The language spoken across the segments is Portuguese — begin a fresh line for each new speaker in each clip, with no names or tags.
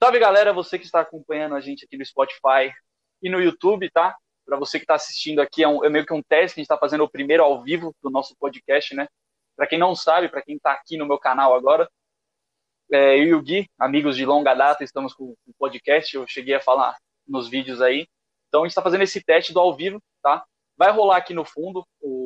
Salve, galera, você que está acompanhando a gente aqui no Spotify e no YouTube, tá? Para você que está assistindo aqui, é meio que um teste que a gente está fazendo o primeiro ao vivo do nosso podcast, né? Para quem não sabe, para quem está aqui no meu canal agora, eu e o Gui, amigos de longa data, estamos com o podcast, eu cheguei a falar nos vídeos aí. Então a gente está fazendo esse teste do ao vivo, tá? Vai rolar aqui no fundo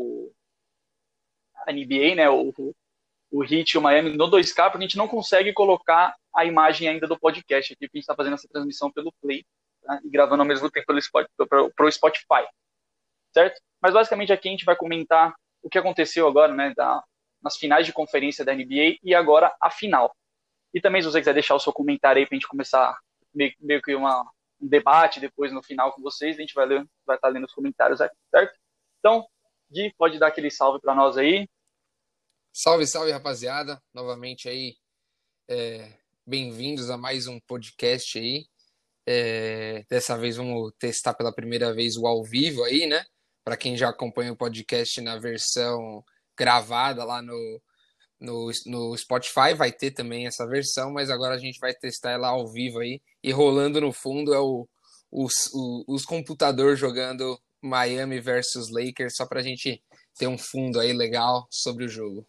a NBA, né? O Heat e o Miami no 2K, porque a gente não consegue colocar a imagem ainda do podcast aqui, porque a gente está fazendo essa transmissão pelo Play, tá? E gravando ao mesmo tempo pelo Spotify, certo? Mas basicamente aqui a gente vai comentar o que aconteceu agora, né, nas finais de conferência da NBA e agora a final. E também, se você quiser deixar o seu comentário aí para a gente começar meio que um debate depois no final com vocês, a gente vai estar lendo os comentários aqui, certo? Então, Gui, pode dar aquele salve para nós aí.
Salve, salve, rapaziada. Novamente aí, bem-vindos a mais um podcast aí. Dessa vez vamos testar pela primeira vez o ao vivo aí, né? Para quem já acompanha o podcast na versão gravada lá no Spotify, vai ter também essa versão, mas agora a gente vai testar ela ao vivo aí. E rolando no fundo é os computadores jogando Miami versus Lakers, só para a gente ter um fundo aí legal sobre o jogo.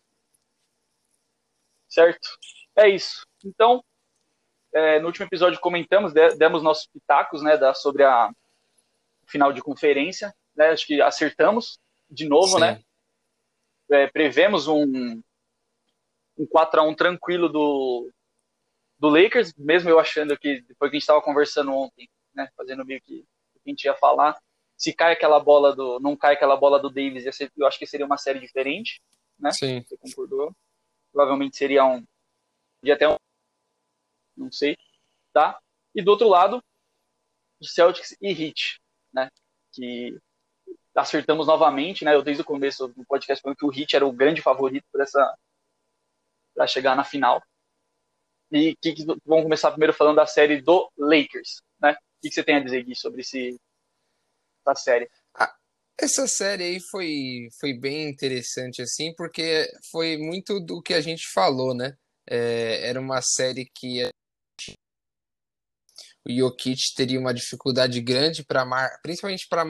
Certo? É isso. Então, no último episódio comentamos, demos nossos pitacos, né, sobre a final de conferência, né, acho que acertamos de novo,
Sim.
né, prevemos um 4-1 tranquilo do Lakers, mesmo eu achando que, depois que a gente estava conversando ontem, né, fazendo meio que o que a gente ia falar, se cai aquela bola não cai aquela bola do Davis, eu acho que seria uma série diferente, né,
Sim.
você concordou? Provavelmente seria podia até não sei, tá? E do outro lado, o Celtics e Heat, né? Que acertamos novamente, né? Eu desde o começo do podcast falando que o Heat era o grande favorito para chegar na final. E vamos começar primeiro falando da série do Lakers, né? O que você tem a dizer, Gui, sobre essa série?
Essa série aí foi bem interessante, assim, porque foi muito do que a gente falou, né? Era uma série que o Jokic teria uma dificuldade grande principalmente para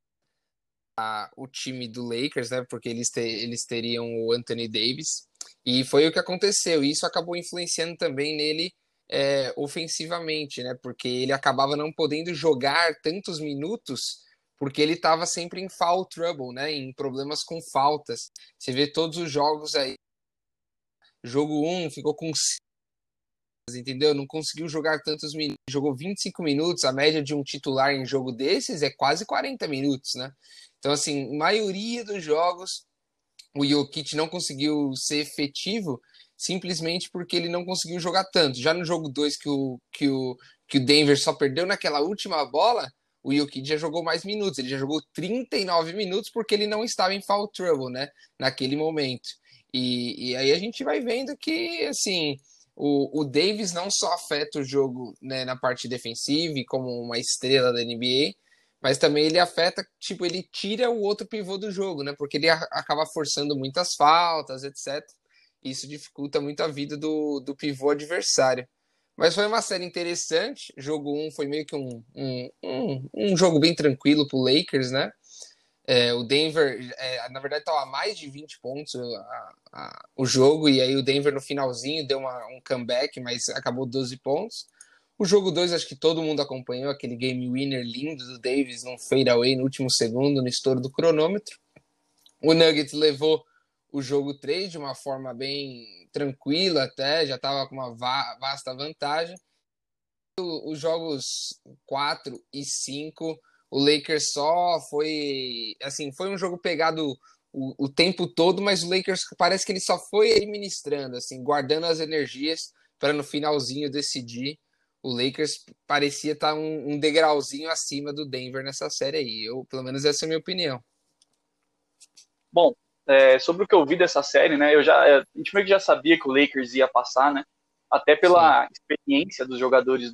o time do Lakers, né? Porque eles teriam o Anthony Davis. E foi o que aconteceu. E isso acabou influenciando também nele ofensivamente, né? Porque ele acabava não podendo jogar tantos minutos porque ele estava sempre em foul trouble, né? Em problemas com faltas. Você vê todos os jogos aí. Jogo 1 ficou com, entendeu? Não conseguiu jogar tantos minutos. Jogou 25 minutos. A média de um titular em jogo desses é quase 40 minutos, né? Então, assim, maioria dos jogos o Jokic não conseguiu ser efetivo simplesmente porque ele não conseguiu jogar tanto. Já no jogo 2 que o Denver só perdeu naquela última bola, o Jokic já jogou mais minutos. Ele já jogou 39 minutos porque ele não estava em foul trouble, né? Naquele momento. E aí a gente vai vendo que, assim, o Davis não só afeta o jogo, né, na parte defensiva e como uma estrela da NBA, mas também ele afeta, tipo, ele tira o outro pivô do jogo, né? Porque ele acaba forçando muitas faltas, etc. Isso dificulta muito a vida do pivô adversário. Mas foi uma série interessante. Jogo 1 foi meio que um jogo bem tranquilo pro Lakers, né? O Denver, na verdade, estava a mais de 20 pontos o jogo, e aí o Denver no finalzinho deu um comeback, mas acabou 12 pontos. O jogo 2, acho que todo mundo acompanhou, aquele game winner lindo do Davis num fadeaway no último segundo, no estouro do cronômetro. O Nuggets levou o jogo 3 de uma forma bem tranquila até, já estava com uma vasta vantagem. Os jogos 4 e 5, o Lakers só foi, assim, foi um jogo pegado o tempo todo, mas o Lakers parece que ele só foi administrando, assim, guardando as energias para no finalzinho decidir. O Lakers parecia estar um degrauzinho acima do Denver nessa série aí. Pelo menos essa é a minha opinião.
Bom, sobre o que eu vi dessa série, né? A gente meio que já sabia que o Lakers ia passar, né? Até
Sim.
pela experiência dos jogadores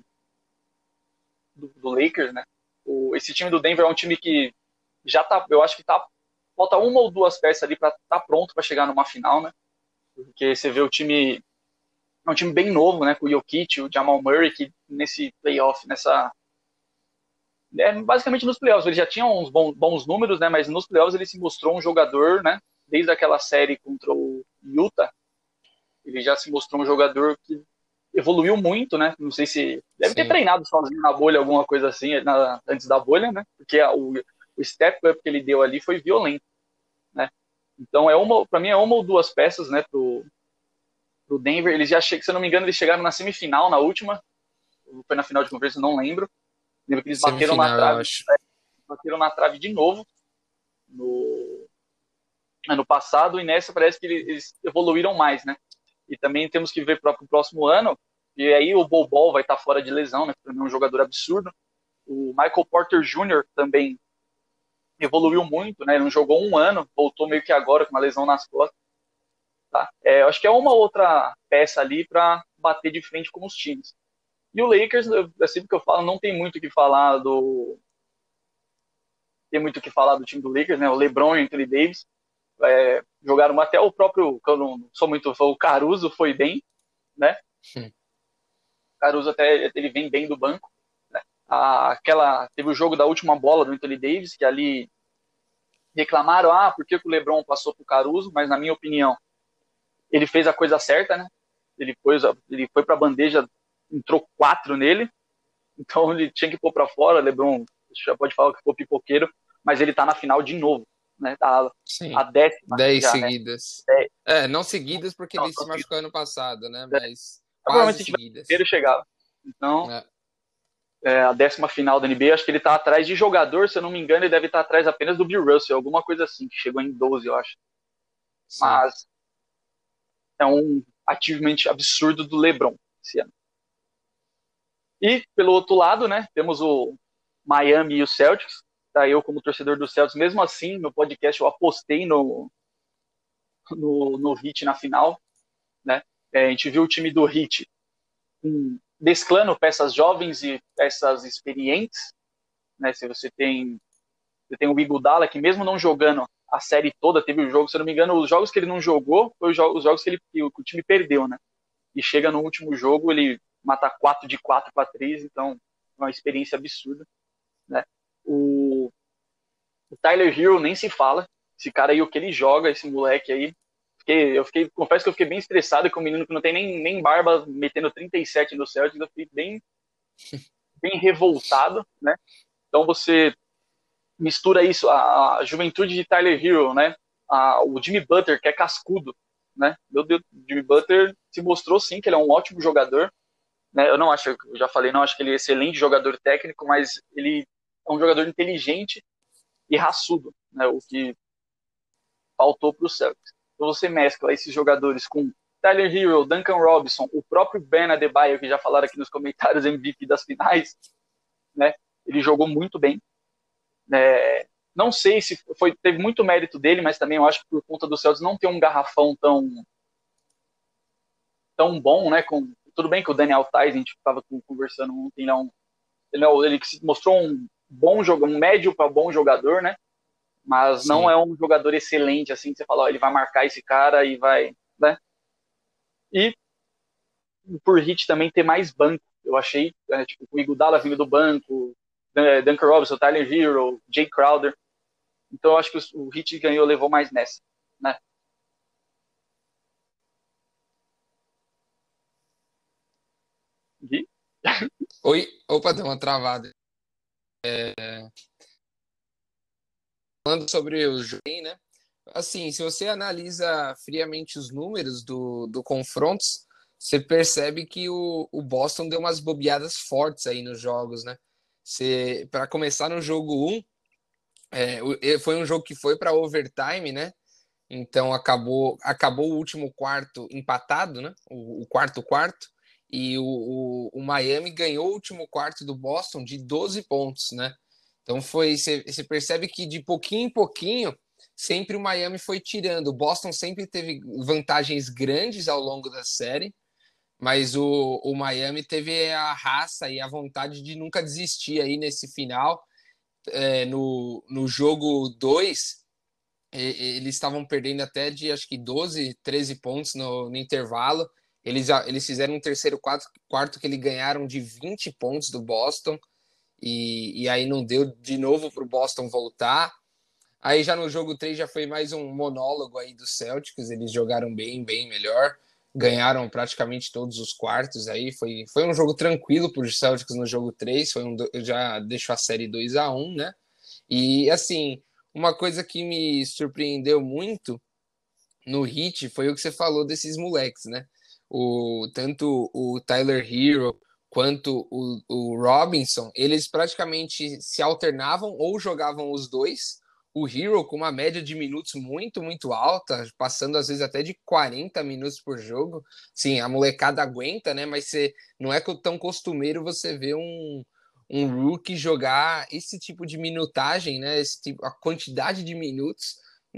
do Lakers, né? Esse time do Denver é um time que já tá, eu acho que falta uma ou duas peças ali para estar pronto para chegar numa final, né? Porque você vê o time É um time bem novo, né? Com o Jokic, o Jamal Murray, que nesse playoff, basicamente nos playoffs, ele já tinha uns bons números, né? Mas nos playoffs ele se mostrou um jogador, né? Desde aquela série contra o Utah, ele já se mostrou um jogador que evoluiu muito, né? Não sei se deve ter
Sim.
treinado sozinho na bolha, alguma coisa assim, antes da bolha, né? Porque o step up que ele deu ali foi violento, né? Então para mim é uma ou duas peças, né? Pro Denver, eles já se eu não me engano, eles chegaram na semifinal na última, foi na final de conferência, não lembro. Lembro que eles
Semifinal, eu acho.
bateram na trave de novo no ano passado, e nessa parece que eles evoluíram mais, né? E também temos que ver para o próximo ano, e aí o Bol Bol vai estar fora de lesão, né? Para mim é um jogador absurdo. O Michael Porter Jr. também evoluiu muito, né? Ele não jogou um ano, voltou meio que agora com uma lesão nas costas. Tá? Eu acho que é uma outra peça ali para bater de frente com os times. E o Lakers, é sempre que eu falo, não tem muito o que falar do time do Lakers, né? O LeBron e o Anthony Davis jogaram até o próprio, que eu não sou muito fã, o Caruso foi bem, né? O Caruso até ele vem bem do banco. Né? Teve o jogo da última bola do Anthony Davis, que ali reclamaram, por que o LeBron passou pro Caruso, mas na minha opinião, ele fez a coisa certa, né? Ele foi pra bandeja, entrou 4 nele, então ele tinha que pôr pra fora, LeBron já pode falar que ficou pipoqueiro, mas ele tá na final de novo, né? Tá a
Sim.
10ª
10
já, né?
seguidas.
É,
Não seguidas porque
não,
ele se machucou ano passado, né?
é,
Mas
provavelmente
quase
se tivesse
seguidas.
primeiro chegava. Então,
É,
a 10ª final da NBA, acho que ele tá atrás de jogador, se eu não me engano, ele deve estar atrás apenas do Bill Russell, alguma coisa assim, que chegou em 12, eu acho.
sim.
Mas é um achievement absurdo do LeBron esse ano. E, pelo outro lado, né, temos o Miami e o Celtics. Tá, eu, como torcedor do Celtics, mesmo assim, no podcast eu apostei no Heat na final. Né? A gente viu o time do Heat mesclando peças jovens e peças experientes. Né? Você tem o Iguodala, que mesmo não jogando a série toda, teve o jogo, se eu não me engano, os jogos que ele não jogou, foi os jogos que o time perdeu, né? E chega no último jogo, ele mata 4 de 4 para 3, então é uma experiência absurda, né? O Tyler Hero nem se fala, esse cara aí, o que ele joga, esse moleque aí, confesso que eu fiquei bem estressado com o menino que não tem nem barba, metendo 37 no Celtics, eu fiquei bem revoltado, né? Então você mistura isso, a juventude de Tyler Hero, né? O Jimmy Butler, que é cascudo, né? Meu Deus, o Jimmy Butler se mostrou sim que ele é um ótimo jogador, né? Eu não acho, eu já falei, não acho que ele é excelente jogador técnico, mas ele é um jogador inteligente e raçudo, né? O que faltou para o Celtics. Então você mescla esses jogadores com Tyler Hero, Duncan Robinson, o próprio Ben Adebayo, que já falaram aqui nos comentários, MVP das finais, né? Ele jogou muito bem. Não sei se teve muito mérito dele, mas também eu acho que por conta do Celtics não ter um garrafão tão bom, né? Tudo bem que o Daniel Tais, a gente estava conversando ontem, ele se mostrou um bom jogador, um médio para bom jogador, né? Mas não
Sim.
é um jogador excelente, assim, que você fala, ele vai marcar esse cara e vai, né? E por Hit também ter mais banco, eu achei, tipo, o Iguodala vindo do banco, Duncan Robinson, Tyler Hero, Jay Crowder, então eu acho que o Hit ganhou, levou mais nessa, né? E,
Oi, opa, deu uma travada. Falando sobre o jogo, né? Assim, se você analisa friamente os números do confrontos, você percebe que o Boston deu umas bobeadas fortes aí nos jogos, né? Para começar no jogo 1, foi um jogo que foi para overtime, né? Então acabou o último quarto empatado, né? O quarto quarto. E o Miami ganhou o último quarto do Boston de 12 pontos, né? Então você percebe que de pouquinho em pouquinho sempre o Miami foi tirando. O Boston sempre teve vantagens grandes ao longo da série, mas o Miami teve a raça e a vontade de nunca desistir aí nesse final. No jogo 2 eles estavam perdendo até de acho que 12, 13 pontos no intervalo. Eles fizeram um terceiro quarto que eles ganharam de 20 pontos do Boston, e aí não deu de novo para o Boston voltar. Aí já no jogo 3 já foi mais um monólogo aí dos Celtics, eles jogaram bem, bem melhor, ganharam praticamente todos os quartos aí, foi um jogo tranquilo para os Celtics no jogo 3, já deixou a série 2-1, né? E assim, uma coisa que me surpreendeu muito no Heat foi o que você falou desses moleques, né? Tanto o Tyler Hero quanto o Robinson, eles praticamente se alternavam ou jogavam os dois. O Hero com uma média de minutos muito, muito alta, passando às vezes até de 40 minutos por jogo. Sim, a molecada aguenta, né? Mas não é tão costumeiro você ver um rookie jogar esse tipo de minutagem, né? A quantidade de minutos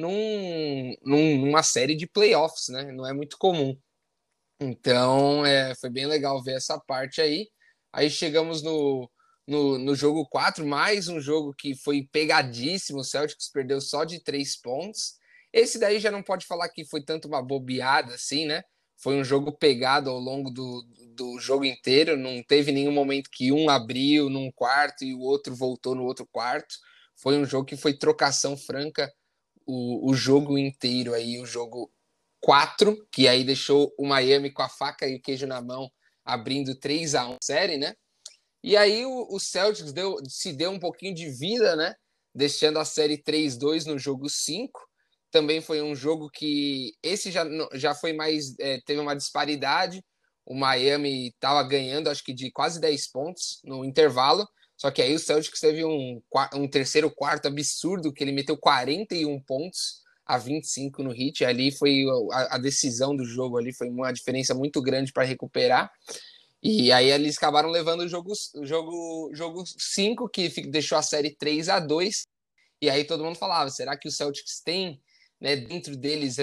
numa série de playoffs, né? Não é muito comum. Então, foi bem legal ver essa parte aí. Aí chegamos no jogo 4, mais um jogo que foi pegadíssimo. O Celtics perdeu só de 3 pontos. Esse daí já não pode falar que foi tanto uma bobeada assim, né? Foi um jogo pegado ao longo do jogo inteiro. Não teve nenhum momento que um abriu num quarto e o outro voltou no outro quarto. Foi um jogo que foi trocação franca o jogo inteiro aí, o jogo 4, que aí deixou o Miami com a faca e o queijo na mão, abrindo 3-1 série, né? E aí o Celtics se deu um pouquinho de vida, né? Deixando a série 3-2 no jogo 5. Também foi um jogo que esse já foi mais. Teve uma disparidade. O Miami estava ganhando, acho que de quase 10 pontos no intervalo. Só que aí o Celtics teve um terceiro quarto absurdo, que ele meteu 41 pontos a 25 no Heat. Ali foi a decisão do jogo, ali foi uma diferença muito grande para recuperar. E aí eles acabaram levando o jogo 5, que deixou a série 3-2. E aí todo mundo falava, será que o Celtics tem, né, dentro deles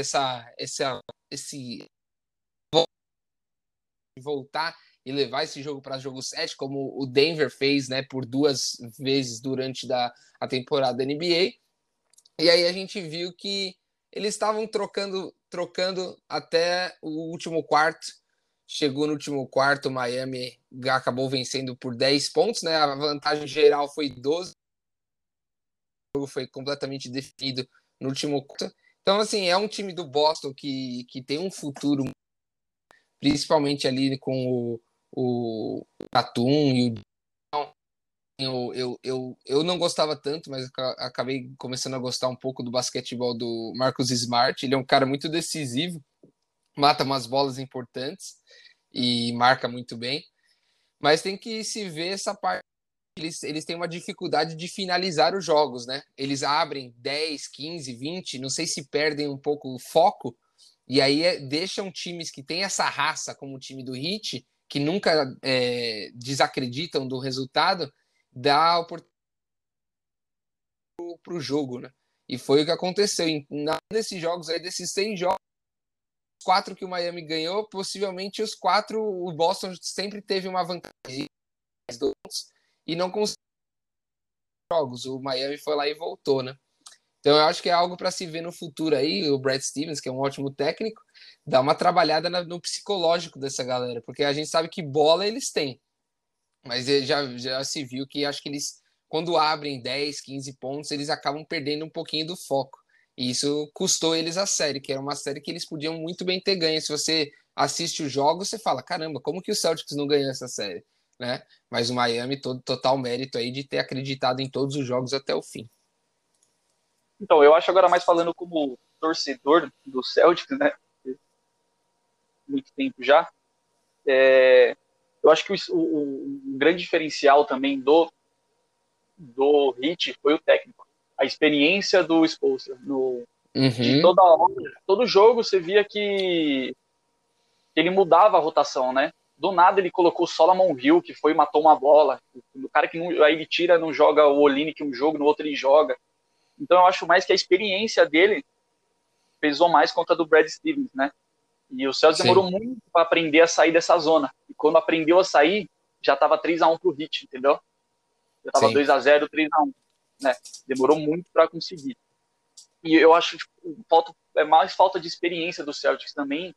esse voltar e levar esse jogo para jogo 7, como o Denver fez, né, por 2 vezes durante a temporada da NBA. E aí a gente viu que eles estavam trocando até o último quarto. Chegou no último quarto, o Miami acabou vencendo por 10 pontos, né? A vantagem geral foi 12. O jogo foi completamente definido no último quarto. Então, assim, é um time do Boston que tem um futuro, principalmente ali com o Tatum e o eu não gostava tanto, mas acabei começando a gostar um pouco do basquetebol do Marcus Smart. Ele é um cara muito decisivo, mata umas bolas importantes e marca muito bem. Mas tem que se ver essa parte. Eles têm uma dificuldade de finalizar os jogos, né? Eles abrem 10, 15, 20, não sei se perdem um pouco o foco, e aí deixam times que têm essa raça, como o time do Heat, que nunca desacreditam do resultado, dá oportunidade para o jogo, né? E foi o que aconteceu. Nesses jogos aí, desses 6 jogos, 4 que o Miami ganhou, possivelmente os 4, o Boston sempre teve uma vantagem e não conseguiu jogos. O Miami foi lá e voltou, né? Então eu acho que é algo para se ver no futuro aí. O Brad Stevens, que é um ótimo técnico, dá uma trabalhada no psicológico dessa galera, porque a gente sabe que bola eles têm, mas já se viu que acho que eles, quando abrem 10, 15 pontos, eles acabam perdendo um pouquinho do foco. E isso custou eles a série, que era uma série que eles podiam muito bem ter ganho. Se você assiste os jogos, você fala, caramba, como que o Celtics não ganhou essa série? Né? Mas o Miami, total mérito aí de ter acreditado em todos os jogos até o fim.
Então, eu acho agora mais falando como torcedor do Celtics, né? Muito tempo já. Eu acho que o grande diferencial também do Heat foi o técnico. A experiência do Spoelstra. De
Uhum.
toda hora, todo jogo você via que ele mudava a rotação, né? Do nada ele colocou Solomon Hill, que foi e matou uma bola. O cara que não, aí ele tira, não joga o Olynyk um jogo, no outro ele joga. Então eu acho mais que a experiência dele pesou mais contra a do Brad Stevens, né? E o Celtics
Sim,
demorou muito para aprender a sair dessa zona. E quando aprendeu a sair, já estava 3-1 pro Heat, entendeu? Já estava
sim.
2-0, 3-1, né? Demorou muito para conseguir. E eu acho que mais falta de experiência do Celtics também.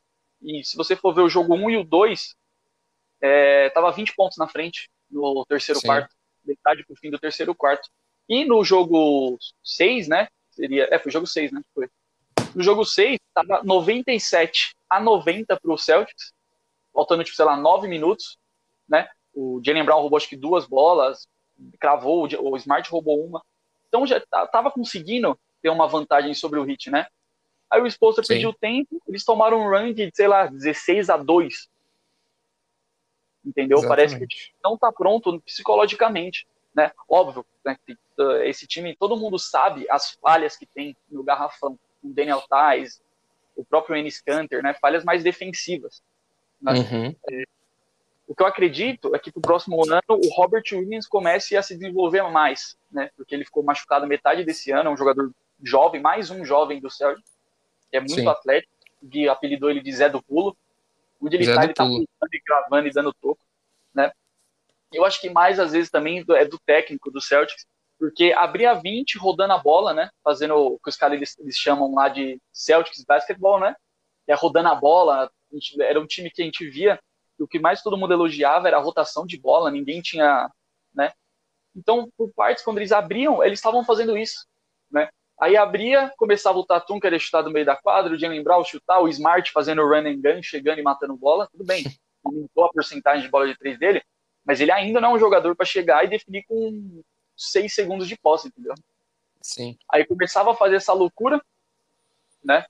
E se você for ver o jogo 1 e o 2, tava 20 pontos na frente no terceiro
Sim.
quarto, metade pro fim do terceiro quarto. E no jogo 6, né? Foi o jogo 6, né? Foi. No jogo 6, tava 97-90 pro Celtics, faltando, tipo, sei lá, 9 minutos, né? O Jaylen Brown roubou, acho que 2 bolas, cravou, o Smart roubou uma. Então já tava conseguindo ter uma vantagem sobre o Heat, né? Aí o Spoelstra
Sim.
pediu tempo, eles tomaram um run de, sei lá, 16-2. Entendeu? Parece que o time
Exatamente.
não tá pronto psicologicamente, né? Óbvio, né? Esse time, todo mundo sabe as falhas que tem no garrafão. O Daniel Tais, o próprio Enes Kanter, né? Falhas mais defensivas, né?
Uhum.
O que eu acredito é que pro próximo ano o Robert Williams comece a se desenvolver mais, né? Porque ele ficou machucado metade desse ano, é um jogador jovem, mais um jovem do Celtic, que é muito
Sim.
atlético, que apelidou ele de Zé do Pulo. Onde
Zé do
ele tá
pulo.
pulando e gravando e dando toco, né? Eu acho que mais às vezes também é do técnico do Celtics, porque abrir a 20 rodando a bola, né? Fazendo o que os caras eles chamam lá de Celtics Basketball, né? É rodando a bola. Era um time que a gente via que o que mais todo mundo elogiava era a rotação de bola, ninguém tinha, né? Então, por partes, quando eles abriam, eles estavam fazendo isso, né? Aí abria, começava o Tatum querer chutar do meio da quadra, o Jaylen Brown chutar, o Smart fazendo run and gun, chegando e matando bola, tudo bem. Aumentou a porcentagem de bola de 3 dele, mas ele ainda não é um jogador para chegar e definir com 6 segundos de posse, entendeu?
Sim.
Aí começava a fazer essa loucura, né?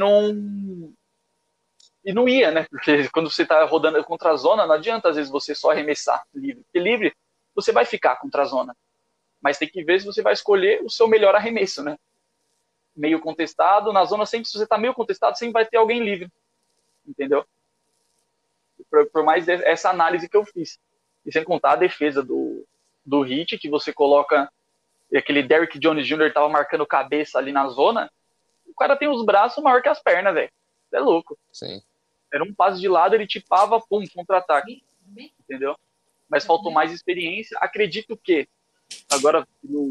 E não ia, né? Porque quando você tá rodando contra a zona, não adianta às vezes você só arremessar livre. Porque livre, você vai ficar contra a zona. Mas tem que ver se você vai escolher o seu melhor arremesso, né? Meio contestado, na zona sempre, se você tá meio contestado, sempre vai ter alguém livre, entendeu? Por mais essa análise que eu fiz. E sem contar a defesa do Heat, que você coloca aquele Derrick Jones Jr. tava marcando cabeça ali na zona, o cara tem os braços maior que as pernas, velho. É louco.
Sim.
Era um passe de lado, ele tipava, pum, contra-ataque, entendeu? Mas faltou mais experiência. Acredito que agora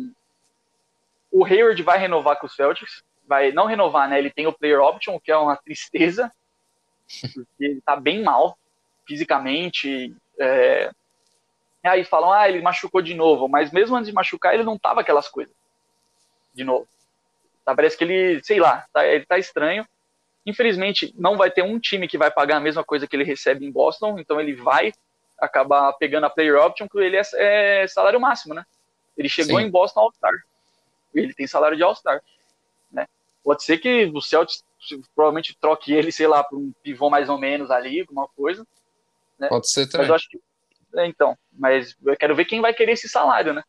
o Hayward vai renovar com os Celtics, vai não renovar, né? Ele tem o player option, que é uma tristeza, porque ele tá bem mal fisicamente. Aí falam, ele machucou de novo, mas mesmo antes de machucar, ele não tava aquelas coisas de novo. Tá, parece que ele, sei lá, ele tá estranho. Infelizmente, não vai ter um time que vai pagar a mesma coisa que ele recebe em Boston, então ele vai acabar pegando a player option, que ele é salário máximo, né? Ele chegou
Sim.
em Boston All-Star. Ele tem salário de All-Star, né? Pode ser que o Celtics provavelmente troque ele, sei lá, por um pivô mais ou menos ali, alguma coisa, né?
Pode ser
Mas eu
também.
acho que então, mas eu quero ver quem vai querer esse salário, né?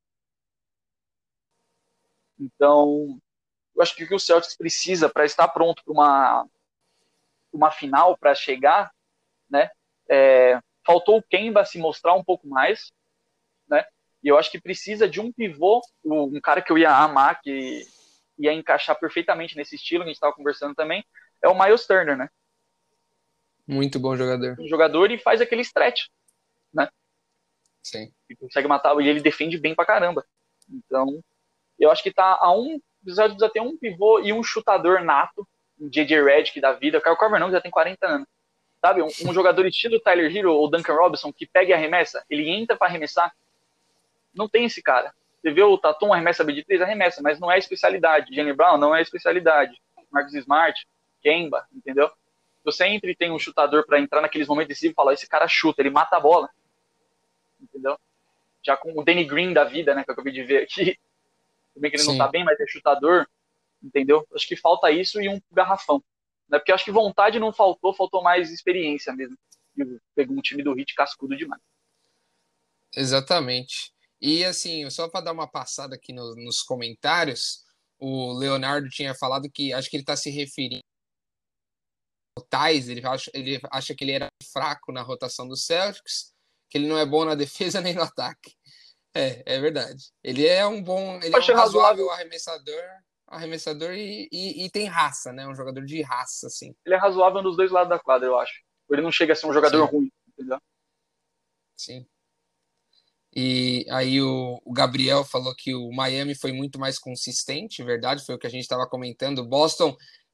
Então, eu acho que o que o Celtics precisa para estar pronto para uma final, para chegar, né? Faltou o Kemba se mostrar um pouco mais, né? E eu acho que precisa de um pivô, um cara que eu ia amar, que ia encaixar perfeitamente nesse estilo que a gente estava conversando também, é o Miles Turner, né?
Muito bom jogador.
Um jogador e faz aquele stretch, né?
Sim.
Ele consegue matar e ele defende bem pra caramba. Então, eu acho que tá a precisa ter um pivô e um chutador nato, um J.J. Redick da vida, o Kyle Korver não, que já tem 40 anos. Sabe, um jogador estilo Tyler Hero ou Duncan Robinson que pega e arremessa, ele entra para arremessar. Não tem esse cara. Você vê o Tatum arremessa B de 3, arremessa, mas não é especialidade. Jenny Brown não é especialidade. Marcus Smart, Kemba, entendeu? Você sempre tem um chutador para entrar naqueles momentos decisivos e falar, esse cara chuta, ele mata a bola. Entendeu? Já com o Danny Green da vida, né, que eu acabei de ver aqui, também que ele não tá
Sim.
bem, mas é chutador, entendeu? Acho que falta isso e um garrafão. Né? Porque acho que vontade não faltou, faltou mais experiência mesmo. Pegou um time do Heat cascudo demais.
Exatamente. E assim, só para dar uma passada aqui nos comentários, o Leonardo tinha falado que acho que ele está se referindo ao Thais, ele acha que ele era fraco na rotação do Celtics, que ele não é bom na defesa nem no ataque. É verdade. Ele
Eu
é um
achei
razoável
razoável.
arremessador e tem raça, né? Um jogador de raça, assim.
Ele é razoável nos dois lados da quadra, eu acho. Ele não chega a ser um jogador
Sim,
ruim, entendeu?
sim. E aí o Gabriel falou que o Miami foi muito mais consistente, verdade, foi o que a gente estava comentando. O Boston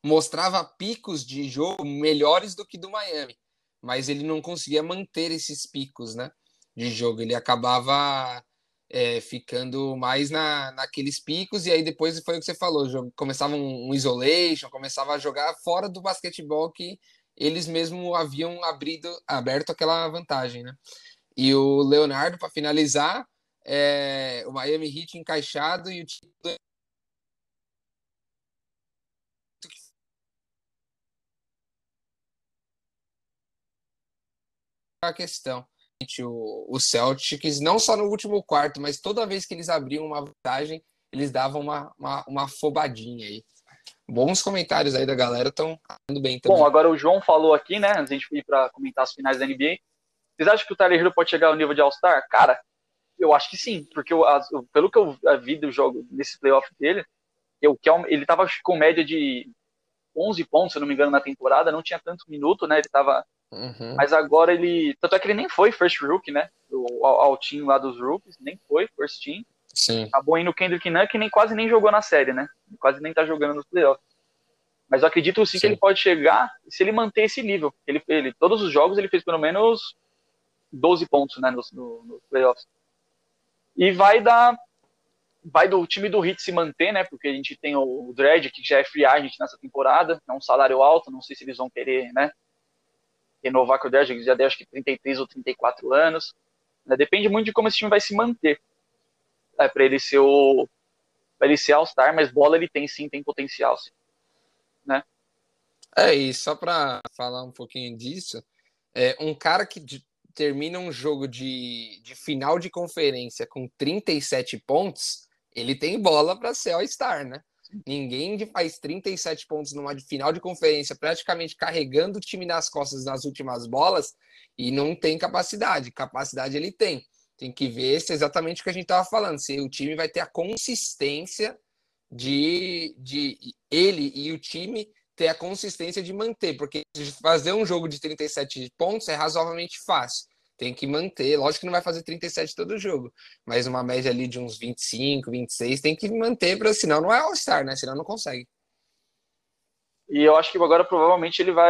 mostrava picos de jogo melhores do que do Miami, mas ele não conseguia manter esses picos, né, de jogo. Ele acabava ficando mais naqueles picos, e aí depois foi o que você falou, começava um isolation, começava a jogar fora do basquetebol que eles mesmos haviam aberto aquela vantagem, né? E o Leonardo, para finalizar, o Miami Heat encaixado e o time a questão. O Celtics, não só no último quarto, mas toda vez que eles abriam uma vantagem, eles davam uma afobadinha aí. Bons comentários aí da galera, estão indo bem também.
Bom, agora o João falou aqui, né, antes de a gente ir para comentar as finais da NBA. Vocês acham que o Tyler Hero pode chegar ao nível de All-Star? Cara, eu acho que sim, porque pelo que eu vi do jogo nesse playoff dele, ele tava com média de 11 pontos, se eu não me engano, na temporada, não tinha tanto minuto, né? Ele tava. Mas agora ele. Tanto é que ele nem foi first rookie, né? Ao time lá dos rookies, nem foi first team.
Sim.
Acabou indo o Kendrick Nunn, que quase nem jogou na série, né? Quase nem tá jogando nos playoffs. Mas eu acredito sim que ele pode chegar se ele manter esse nível. Todos os jogos ele fez pelo menos 12 pontos, né? Nos playoffs. E vai do time do Heat se manter, né? Porque a gente tem o Dredd, que já é free agent nessa temporada, é um salário alto, não sei se eles vão querer, né? Renovar com o Dredd, que já deu acho que 33 ou 34 anos. Né? Depende muito de como esse time vai se manter. Para ele ser All-Star, mas bola ele tem sim, tem potencial, sim. Né?
E só para falar um pouquinho disso, um cara que termina um jogo de final de conferência com 37 pontos, ele tem bola para ser All-Star, né? Ninguém faz 37 pontos numa final de conferência, praticamente carregando o time nas costas nas últimas bolas, e não tem capacidade. Capacidade ele tem. Tem que ver se é exatamente o que a gente estava falando, se o time vai ter a consistência de ele e o time ter a consistência de manter, porque fazer um jogo de 37 pontos é razoavelmente fácil. Tem que manter, lógico que não vai fazer 37 todo jogo, mas uma média ali de uns 25, 26 tem que manter, senão não é All-Star, né? Senão não consegue.
E eu acho que agora provavelmente ele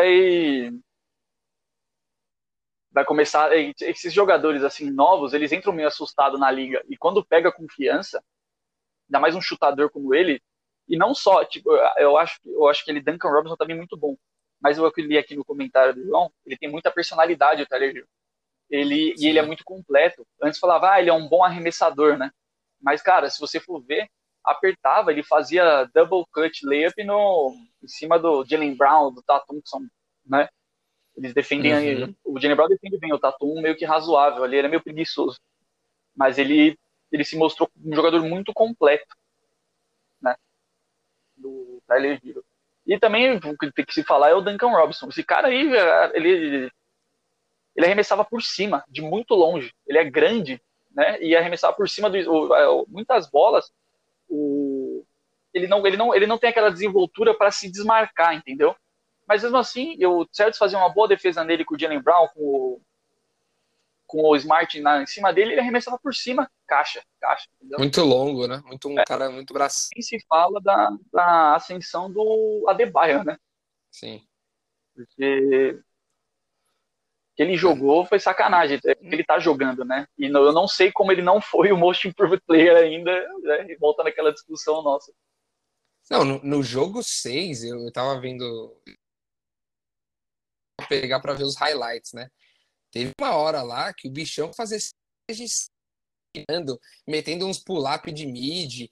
vai começar. Esses jogadores assim novos, eles entram meio assustados na liga, e quando pega confiança, ainda mais um chutador como ele, e não só, tipo, eu acho que ele, Duncan Robinson, também muito bom. Mas eu li aqui no comentário do João, ele tem muita personalidade, o Tyler Hero. E ele é muito completo. Antes falava, ele é um bom arremessador, né? Mas, cara, se você for ver, apertava, ele fazia double cut layup em cima do Jaylen Brown, do Tatum, que são, né? Eles defendem, o Jaylen Brown defende bem, o Tatum meio que razoável, ali ele é meio preguiçoso. Mas ele se mostrou um jogador muito completo, né? Do Tyler Hero. E também o que tem que se falar é o Duncan Robinson. Esse cara aí, ele arremessava por cima, de muito longe. Ele é grande, né? E arremessava por cima muitas bolas. Ele não tem aquela desenvoltura para se desmarcar, entendeu? Mas mesmo assim, o Celtics fazia uma boa defesa nele com o Jaylen Brown, com o Smart em cima dele, ele arremessava por cima, caixa, entendeu?
Muito longo, né? Um cara muito braço.
Nem se fala da ascensão do Adebayo, né?
Sim.
Porque que ele jogou foi sacanagem. Ele tá jogando, né? E eu não sei como ele não foi o Most Improved Player ainda, né? Voltando àquela discussão nossa.
Não, no jogo 6, eu tava vendo pegar para ver os highlights, né? Teve uma hora lá que o bichão fazia metendo uns pull-up de mid,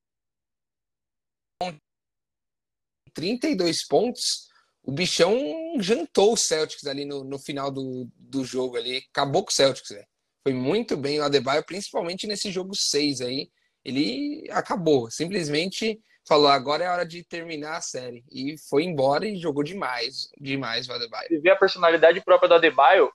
32 pontos, o bichão jantou o Celtics ali no final do jogo ali, acabou com o Celtics, né? Foi muito bem o Adebayo, principalmente nesse jogo 6 aí, ele acabou, simplesmente falou, agora é hora de terminar a série, e foi embora e jogou demais o Adebayo.
Você vê a personalidade própria do Adebayo,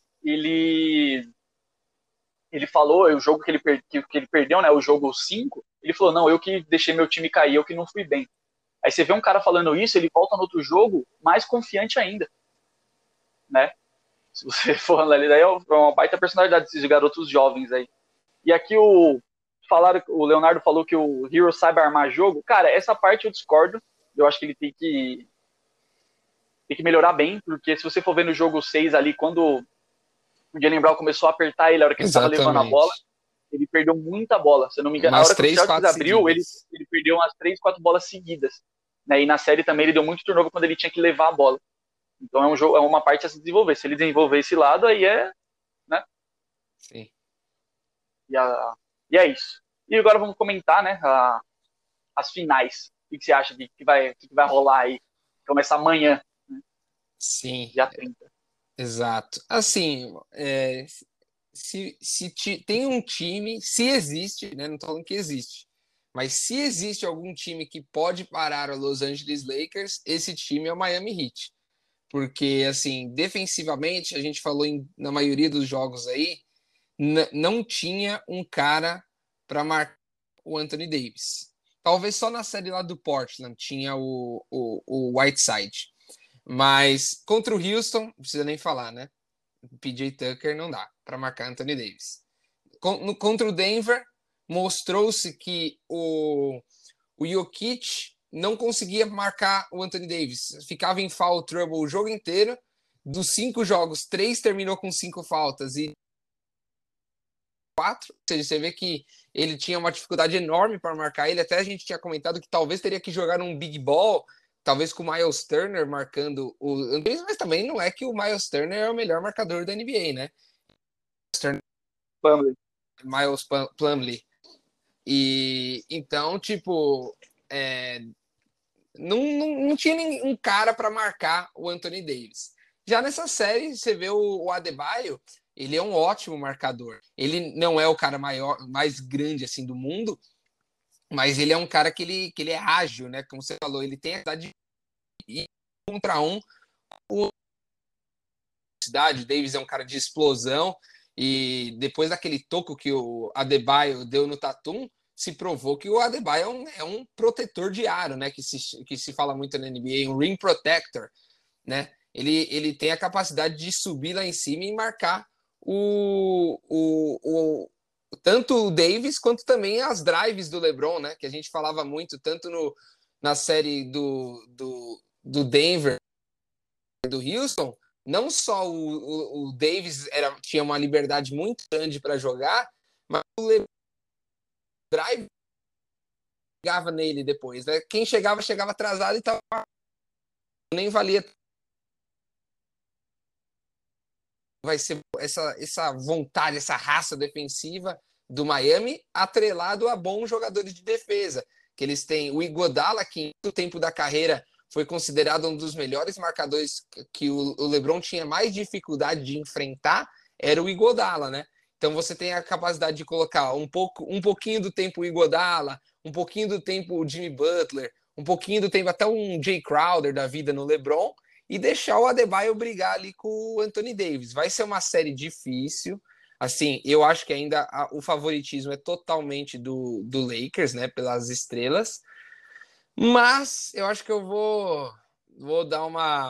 ele falou, o jogo que ele perdeu, né, o jogo 5, ele falou, não, eu que deixei meu time cair, eu que não fui bem. Aí você vê um cara falando isso, ele volta no outro jogo mais confiante ainda, né? Se você for ali, daí é uma baita personalidade desses garotos jovens aí. E aqui o Leonardo falou que o Hero saiba armar jogo. Cara, essa parte eu discordo. Eu acho que ele tem que tem que melhorar bem, porque se você for ver no jogo 6 ali, quando o Jaylen Brown começou a apertar ele, a hora que ele estava levando a bola,
Exatamente.
ele perdeu muita bola. Se eu não me engano, a
Umas
hora que o
3,
Celtics
4
abriu,
seguidas.
ele perdeu umas 3, 4 bolas seguidas. Né? E na série também ele deu muito turnover quando ele tinha que levar a bola. Então é um jogo, é uma parte a se desenvolver. Se ele desenvolver esse lado, aí é, né?
Sim.
E, e é isso. E agora vamos comentar, né? As finais. O que você acha que vai rolar aí? Começar amanhã, né?
Sim,
Dia 30.
exato. Assim, tem um time, se existe, né? Não tô falando que existe, mas se existe algum time que pode parar o Los Angeles Lakers, esse time é o Miami Heat. Porque, assim, defensivamente, a gente falou na maioria dos jogos aí, não tinha um cara para marcar o Anthony Davis. Talvez só na série lá do Portland tinha o Whiteside. Mas contra o Houston, não precisa nem falar, né? O PJ Tucker não dá para marcar Anthony Davis. Contra o Denver, mostrou-se que o Jokic não conseguia marcar o Anthony Davis. Ficava em foul trouble o jogo inteiro. Dos 5 jogos, 3 terminou com 5 faltas e 4. Ou seja, você vê que ele tinha uma dificuldade enorme para marcar ele. Até a gente tinha comentado que talvez teria que jogar num big ball, talvez com o Miles Turner marcando o Anthony, mas também não é que o Miles Turner é o melhor marcador da NBA, né? Miles Plumlee. E então, tipo, não tinha nenhum cara para marcar o Anthony Davis. Já nessa série, você vê o Adebayo, ele é um ótimo marcador. Ele não é o cara mais grande assim do mundo, mas ele é um cara que ele é ágil, né? Como você falou, ele tem a idade de ir contra um. O Davis é um cara de explosão e depois daquele toco que o Adebayo deu no Tatum, se provou que o Adebayo é um protetor de aro, né? Que se fala muito na NBA, um rim protector, né? Ele tem a capacidade de subir lá em cima e marcar tanto o Davis quanto também as drives do LeBron, né? Que a gente falava muito, tanto na série do Denver, do Houston, não só o Davis tinha uma liberdade muito grande para jogar, mas o LeBron drive chegava nele depois, né? Quem chegava atrasado e tava, nem valia. Vai ser essa vontade, essa raça defensiva do Miami, atrelado a bons jogadores de defesa. Que eles têm o Iguodala, que no tempo da carreira foi considerado um dos melhores marcadores que o LeBron tinha mais dificuldade de enfrentar, era o Iguodala, né? Então você tem a capacidade de colocar um pouquinho do tempo o Iguodala, um pouquinho do tempo o Jimmy Butler, um pouquinho do tempo até um Jay Crowder da vida no LeBron, e deixar o Adebayo brigar ali com o Anthony Davis. Vai ser uma série difícil. Assim, eu acho que ainda o favoritismo é totalmente do Lakers, né? Pelas estrelas. Mas eu acho que eu vou dar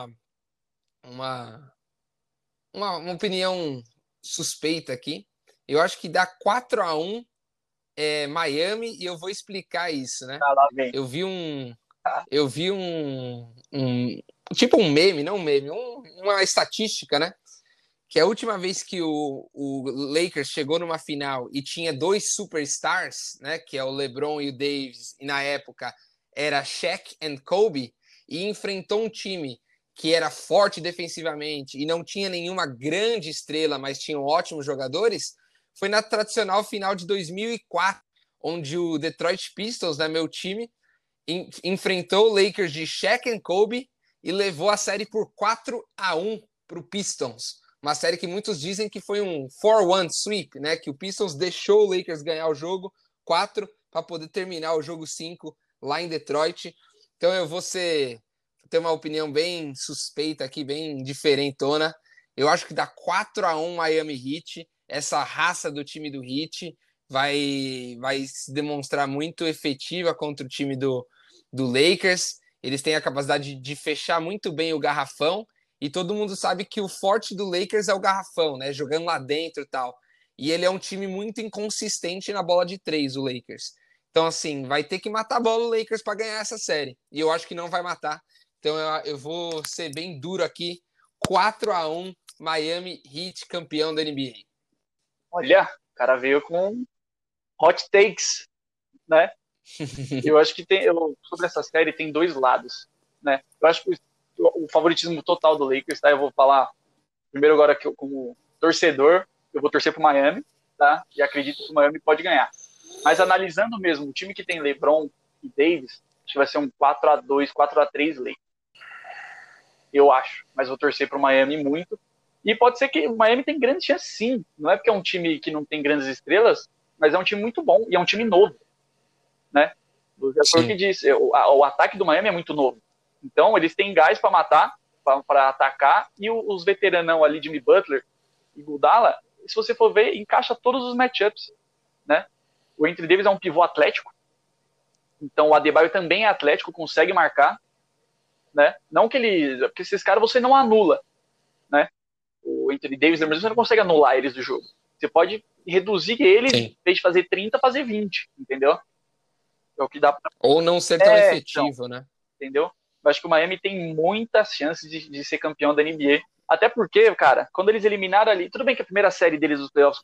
uma, uma opinião suspeita aqui. Eu acho que dá 4-1 Miami e eu vou explicar isso, né?
Tá lá, vem.
Eu vi um, eu vi tipo um meme, não um meme, uma estatística, né? Que a última vez que o Lakers chegou numa final e tinha 2 superstars, né? Que é o LeBron e o Davis, e na época era Shaq and Kobe, e enfrentou um time que era forte defensivamente e não tinha nenhuma grande estrela, mas tinham ótimos jogadores, foi na tradicional final de 2004, onde o Detroit Pistons, né, meu time, enfrentou o Lakers de Shaq and Kobe e levou a série por 4-1 para o Pistons. Uma série que muitos dizem que foi um 4-1 sweep, né? Que o Pistons deixou o Lakers ganhar o jogo 4 para poder terminar o jogo 5 lá em Detroit. Então eu vou ter uma opinião bem suspeita aqui, bem diferentona. Eu acho que dá 4-1 Miami Heat. Essa raça do time do Heat vai se demonstrar muito efetiva contra o time do Lakers. Eles têm a capacidade de fechar muito bem o garrafão, e todo mundo sabe que o forte do Lakers é o garrafão, né? Jogando lá dentro e tal. E ele é um time muito inconsistente na bola de 3, o Lakers. Então, assim, vai ter que matar a bola o Lakers para ganhar essa série. E eu acho que não vai matar. Então eu vou ser bem duro aqui. 4-1, Miami Heat campeão da NBA.
Olha, o cara veio com hot takes, né? Eu acho que sobre essa série tem dois lados, né? Eu acho que o favoritismo total do Lakers, tá? Eu vou falar primeiro agora que eu, como torcedor, eu vou torcer pro Miami, tá? E acredito que o Miami pode ganhar. Mas analisando mesmo, o time que tem LeBron e Davis, acho que vai ser um 4-2, 4-3 Lakers. Eu acho, mas vou torcer pro Miami muito. E pode ser que o Miami tem grandes chances, sim. Não é porque é um time que não tem grandes estrelas, mas é um time muito bom e é um time novo, né? Foi o que disse. O ataque do Miami é muito novo. Então, eles têm gás para matar, para atacar, e os veteranão ali, Jimmy Butler e Iguodala, se você for ver, encaixa todos os matchups, né? O Anthony Davis é um pivô atlético, então o Adebayo também é atlético, consegue marcar, né? Não que ele... Porque esses caras você não anula, né? O Anthony Davis, você não consegue anular eles do jogo. Você pode reduzir eles, em vez de fazer 30, fazer 20, entendeu? É o que dá pra...
Ou não ser tão efetivo,
então,
né?
entendeu? Eu acho que o Miami tem muitas chances de ser campeão da NBA. Até porque, cara, quando eles eliminaram ali... Tudo bem que a primeira série deles dos playoffs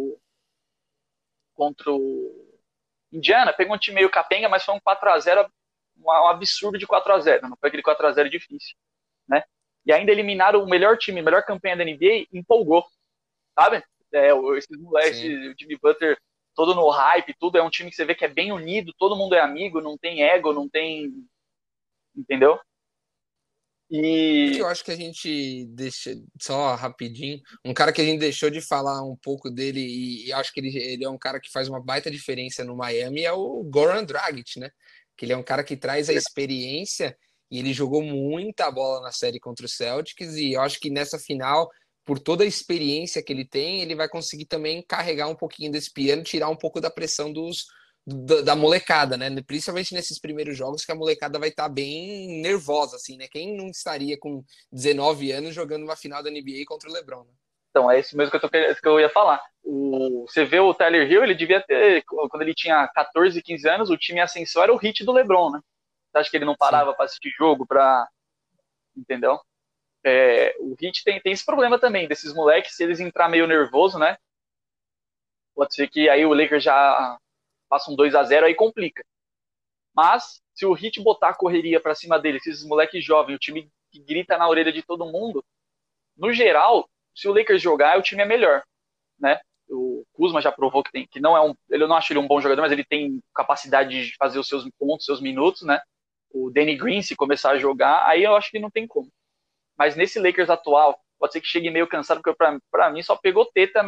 contra o Indiana pegou um time meio capenga, mas foi um 4-0, um absurdo de 4-0. Não foi aquele 4-0 difícil, né? E ainda eliminaram o melhor time, a melhor campanha da NBA, empolgou, sabe? Esses moleques, o Jimmy Butler todo no hype, tudo, é um time que você vê que é bem unido, todo mundo é amigo, não tem ego, não tem... Entendeu?
Que
E...
eu acho que a gente deixa, só rapidinho, um cara que a gente deixou de falar um pouco dele e acho que ele é um cara que faz uma baita diferença no Miami é o Goran Dragic, né? Que ele é um cara que traz a experiência e ele jogou muita bola na série contra o Celtics e eu acho que nessa final, por toda a experiência que ele tem, ele vai conseguir também carregar um pouquinho desse piano, tirar um pouco da pressão da molecada, né? Principalmente nesses primeiros jogos que a molecada vai estar bem nervosa, assim, né? Quem não estaria com 19 anos jogando uma final da NBA contra o LeBron, né?
Então, é isso mesmo que eu ia falar. Você vê o Tyler Hill, ele devia ter, quando ele tinha 14, 15 anos, o time ascensor era o hit do LeBron, né? Você acha que ele não
Sim.
parava para assistir jogo, entendeu? O Heat tem esse problema também, desses moleques, se eles entrar meio nervoso, né? Pode ser que aí o Lakers já faça um 2-0, aí complica. Mas, se o Heat botar a correria para cima deles, esses moleques jovens, o time que grita na orelha de todo mundo, no geral, se o Lakers jogar, o time é melhor, né? O Kuzma já provou que não é eu não acho ele um bom jogador, mas ele tem capacidade de fazer os seus pontos, seus minutos, né? O Danny Green, se começar a jogar, aí eu acho que não tem como. Mas nesse Lakers atual, pode ser que chegue meio cansado, porque pra mim só pegou teta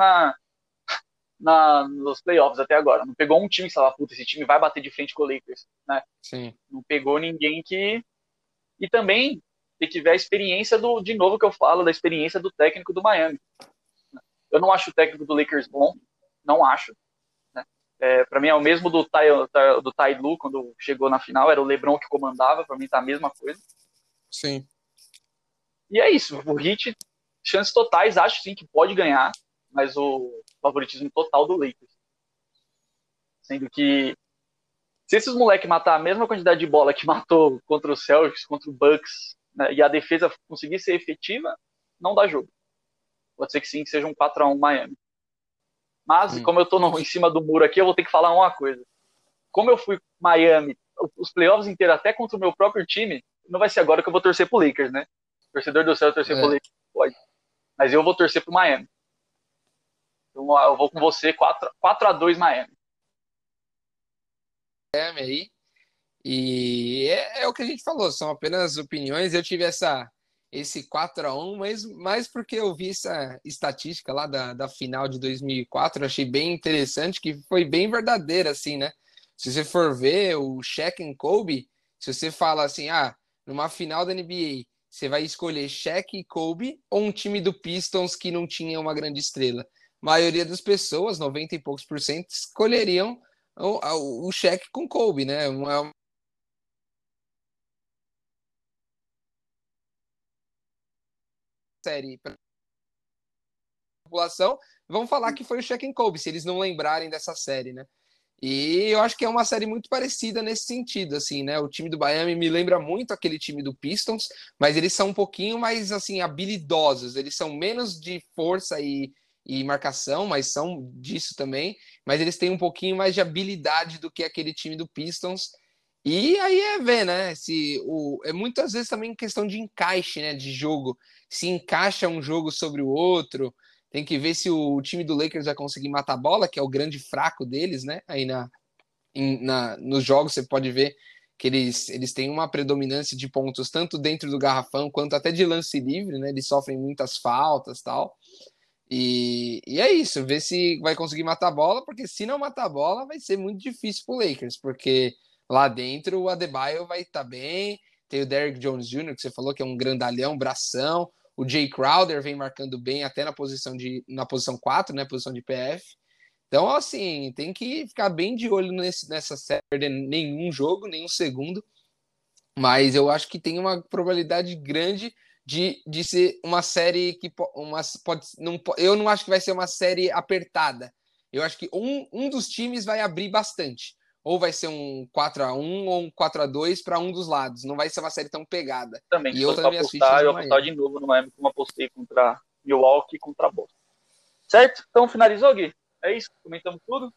nos playoffs até agora. Não pegou um time que falava, puta, esse time vai bater de frente com o Lakers, né?
Sim.
Não pegou ninguém que... E também tem que ver a experiência de novo que eu falo, da experiência do técnico do Miami. Eu não acho o técnico do Lakers bom, não acho. Né? Para mim é o mesmo do Ty Lue, quando chegou na final, era o LeBron que comandava, para mim tá a mesma coisa.
Sim.
E é isso, o Heat, chances totais, acho sim que pode ganhar, mas o favoritismo total do Lakers. Sendo que se esses moleques matar a mesma quantidade de bola que matou contra o Celtics, contra o Bucks, né, e a defesa conseguir ser efetiva, não dá jogo. Pode ser que sim, que seja um 4-1 Miami. Mas, como eu tô em cima do muro aqui, eu vou ter que falar uma coisa. Como eu fui Miami, os playoffs inteiros, até contra o meu próprio time, não vai ser agora que eu vou torcer pro Lakers, né? Torcedor do céu torcer pro Lakers, pode. Mas eu vou torcer pro Miami. Então, eu vou com você, 4-2 Miami.
Miami aí. E é o que a gente falou, são apenas opiniões. Eu tive esse 4-1, mas mais porque eu vi essa estatística lá da final de 2004, achei bem interessante, que foi bem verdadeira, assim, né? Se você for ver o Shaq e Kobe, se você fala assim, numa final da NBA, você vai escolher Shaq e Kobe ou um time do Pistons que não tinha uma grande estrela? A maioria das pessoas, 90 e poucos por cento, escolheriam o Shaq com Kobe, né? Uma série para a população, vão falar que foi o Shaq and Kobe, se eles não lembrarem dessa série, né? E eu acho que é uma série muito parecida nesse sentido, assim, né? O time do Miami me lembra muito aquele time do Pistons, mas eles são um pouquinho mais, assim, habilidosos. Eles são menos de força e marcação, mas são disso também. Mas eles têm um pouquinho mais de habilidade do que aquele time do Pistons. E aí é ver, né? É muitas vezes também questão de encaixe, né? De jogo. Se encaixa um jogo sobre o outro. Tem que ver se o time do Lakers vai conseguir matar a bola, que é o grande fraco deles, né? Aí nos jogos você pode ver que eles têm uma predominância de pontos tanto dentro do garrafão quanto até de lance livre, né? Eles sofrem muitas faltas, tal. E é isso, ver se vai conseguir matar a bola, porque se não matar a bola vai ser muito difícil pro Lakers, porque lá dentro o Adebayo vai estar bem, tem o Derrick Jones Jr., que você falou que é um grandalhão, bração, o Jay Crowder vem marcando bem até na posição 4, né, posição de PF. Então, assim, tem que ficar bem de olho nessa série, perder nenhum jogo, nenhum segundo, mas eu acho que tem uma probabilidade grande de ser uma série que pode. Não, eu não acho que vai ser uma série apertada. Eu acho que um dos times vai abrir bastante. Ou vai ser um 4-1 ou um 4-2 para um dos lados. Não vai ser uma série tão pegada.
Também,
E
se
eu
fosse
tô
pra
nas minhas fichas
apostar, eu
no
apostava
Miami.
de novo no Miami, como apostei contra Milwaukee e contra Boston. Certo? Então, finalizou, Gui? É isso? Comentamos tudo?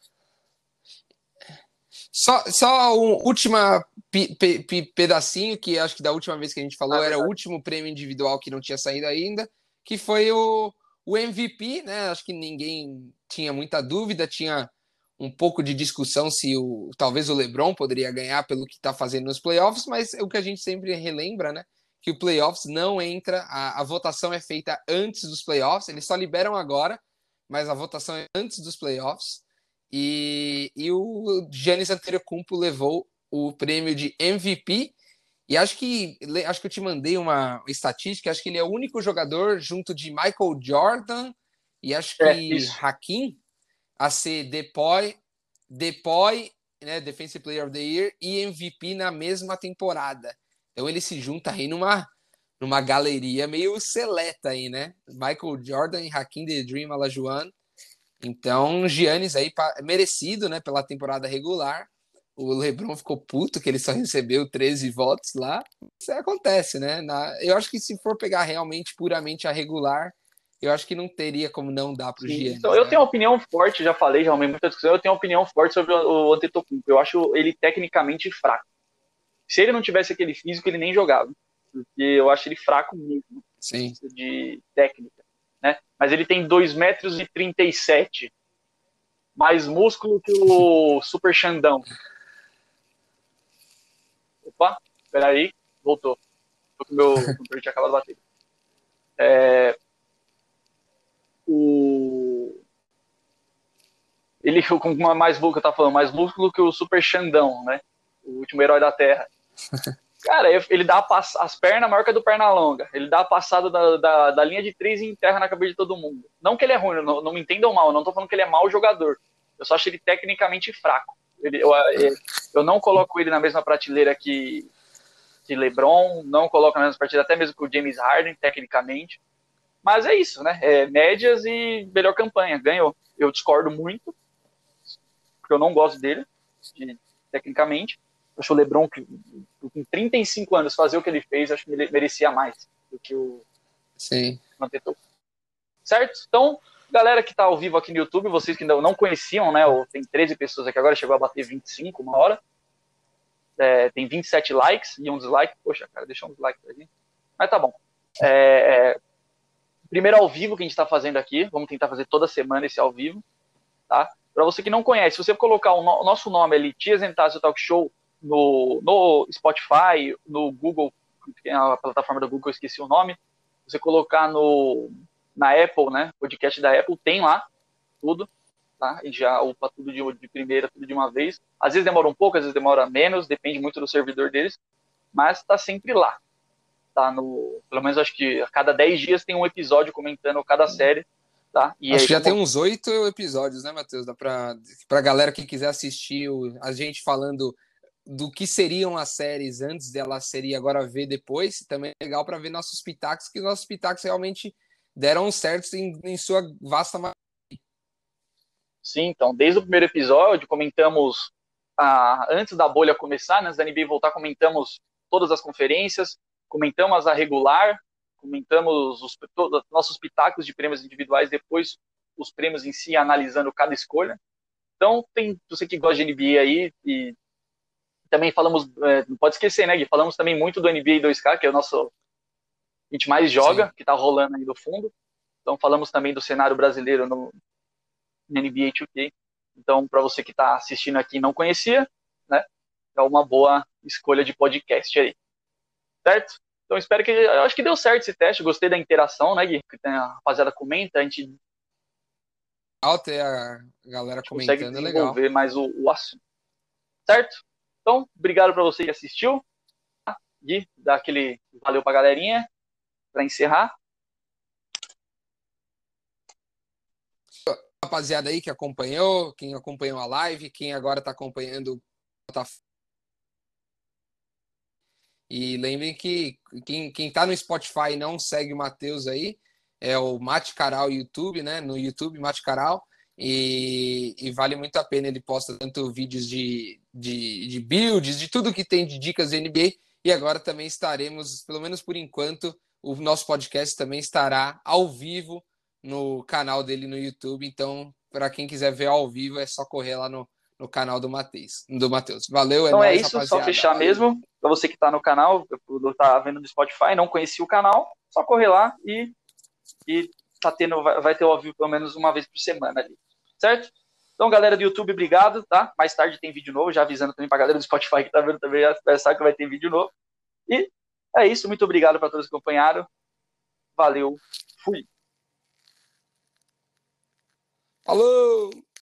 Só um última pedacinho, que acho que da última vez que a gente
Ah,
falou
é
era o
verdade.
último prêmio individual que não tinha saído ainda, que foi o MVP, né? Acho que ninguém tinha muita dúvida, tinha um pouco de discussão se talvez o LeBron poderia ganhar pelo que está fazendo nos playoffs, mas o que a gente sempre relembra, né? Que o playoffs não entra, a votação é feita antes dos playoffs, eles só liberam agora, mas a votação é antes dos playoffs. E o Giannis Antetokounmpo levou o prêmio de MVP. E acho que eu te mandei uma estatística. Acho que ele é o único jogador, junto de Michael Jordan e acho
É,
que
isso.
Hakim, a ser né, Defensive Player of the Year e MVP na mesma temporada. Então ele se junta aí numa galeria meio seleta aí, né? Michael Jordan e Hakim The Dream Olajuwon. Então, Giannis aí merecido, né, pela temporada regular. O LeBron ficou puto que ele só recebeu 13 votos lá. Isso acontece, né? Eu acho que se for pegar realmente puramente a regular, eu acho que não teria como não dar para o
Sim. Então,
Giannis,
eu tenho
né?
uma opinião forte, já falei, já arrumei muita discussão, eu tenho uma opinião forte sobre o Antetokounmpo. Eu acho ele tecnicamente fraco. Se ele não tivesse aquele físico, ele nem jogava. Porque eu acho ele fraco mesmo,
Sim.
de técnica. Né? Mas ele tem 2,37 m, mais músculo que o Super Xandão. Opa, peraí, voltou. Porque o meu computador tinha acabado de bater. O... Ele com mais músculo, eu tava falando, mais músculo que o Super Xandão, né? O último herói da Terra. Cara, ele dá as pernas maior que a do Pernalonga. Ele dá a passada da linha de 3 e enterra na cabeça de todo mundo. Não que ele é ruim, não me entendam mal, eu não tô falando que ele é mau jogador. Eu só acho ele tecnicamente fraco. Eu não coloco ele na mesma prateleira que LeBron, não coloco na mesma prateleira até mesmo que o James Harden, tecnicamente. Mas é isso, né? Médias e melhor campanha. Ganhou. Eu discordo muito, porque eu não gosto dele, tecnicamente. Eu acho o LeBron, que com 35 anos, fazer o que ele fez, acho que ele merecia mais do que o
Sim.
Antetokounmpo. Certo? Então, galera que está ao vivo aqui no YouTube, vocês que ainda não conheciam, né? Tem 13 pessoas aqui agora, chegou a bater 25 uma hora. Tem 27 likes e um dislike. Poxa, cara, deixa um dislike pra gente. Mas tá bom. Primeiro ao vivo que a gente está fazendo aqui. Vamos tentar fazer toda semana esse ao vivo. Tá? Para você que não conhece, se você colocar o nosso nome ali, Tias Antácio Talk Show, no Spotify, no Google, a plataforma do Google, eu esqueci o nome, você colocar na Apple, né, podcast da Apple, tem lá tudo, tá? E já upa tudo de primeira, tudo de uma vez. Às vezes demora um pouco, às vezes demora menos, depende muito do servidor deles, mas está sempre lá. Tá pelo menos acho que a cada 10 dias tem um episódio comentando cada série. Tá? E
Acho
aí,
que já tem
como
uns 8 episódios, né, Matheus? Dá pra galera que quiser assistir a gente falando do que seriam as séries antes delas serem agora ver depois, também é legal para ver nossos pitacos, que nossos pitacos realmente deram certos em sua vasta maioria.
Sim, então, desde o primeiro episódio, comentamos antes da bolha começar, né, antes da NBA voltar, comentamos todas as conferências, comentamos a regular, comentamos todos nossos pitacos de prêmios individuais, depois os prêmios em si, analisando cada escolha. Então, tem você que gosta de NBA aí, e também falamos, não pode esquecer, né, Gui? Falamos também muito do NBA 2K, que é o nosso que a gente mais
Sim.
joga, que tá rolando aí no fundo. Então, falamos também do cenário brasileiro no NBA 2K. Então, para você que está assistindo aqui e não conhecia, né, é uma boa escolha de podcast aí, certo? Então, espero que. Eu acho que deu certo esse teste, gostei da interação, né, Gui? Que a rapaziada comenta,
Alta a galera
a gente consegue
comentando, é legal.
desenvolver mais o assunto, certo? Então, obrigado para você que assistiu. Gui, dá aquele valeu para a galerinha, para encerrar.
Rapaziada aí que acompanhou, quem acompanhou a live, quem agora está acompanhando. E lembrem que quem tá no Spotify e não segue o Matheus aí, é o Mate Caral YouTube, né? No YouTube, Mate Caral. E vale muito a pena. Ele posta tanto vídeos de builds, de tudo que tem de dicas de NBA. E agora também estaremos, pelo menos por enquanto, o nosso podcast também estará ao vivo no canal dele no YouTube. Então, para quem quiser ver ao vivo, é só correr lá no canal do Matheus. Valeu, é
Então é
nóis,
isso, só
rapaziada.
fechar mesmo. Para você que está no canal, tá vendo no Spotify, não conhecia o canal, só correr lá e tá tendo, vai ter o ao vivo pelo menos uma vez por semana ali, certo? Então, galera do YouTube, obrigado, tá? Mais tarde tem vídeo novo, já avisando também pra galera do Spotify que tá vendo também, já sabe que vai ter vídeo novo. E é isso, muito obrigado para todos que acompanharam. Valeu, fui.
Falou!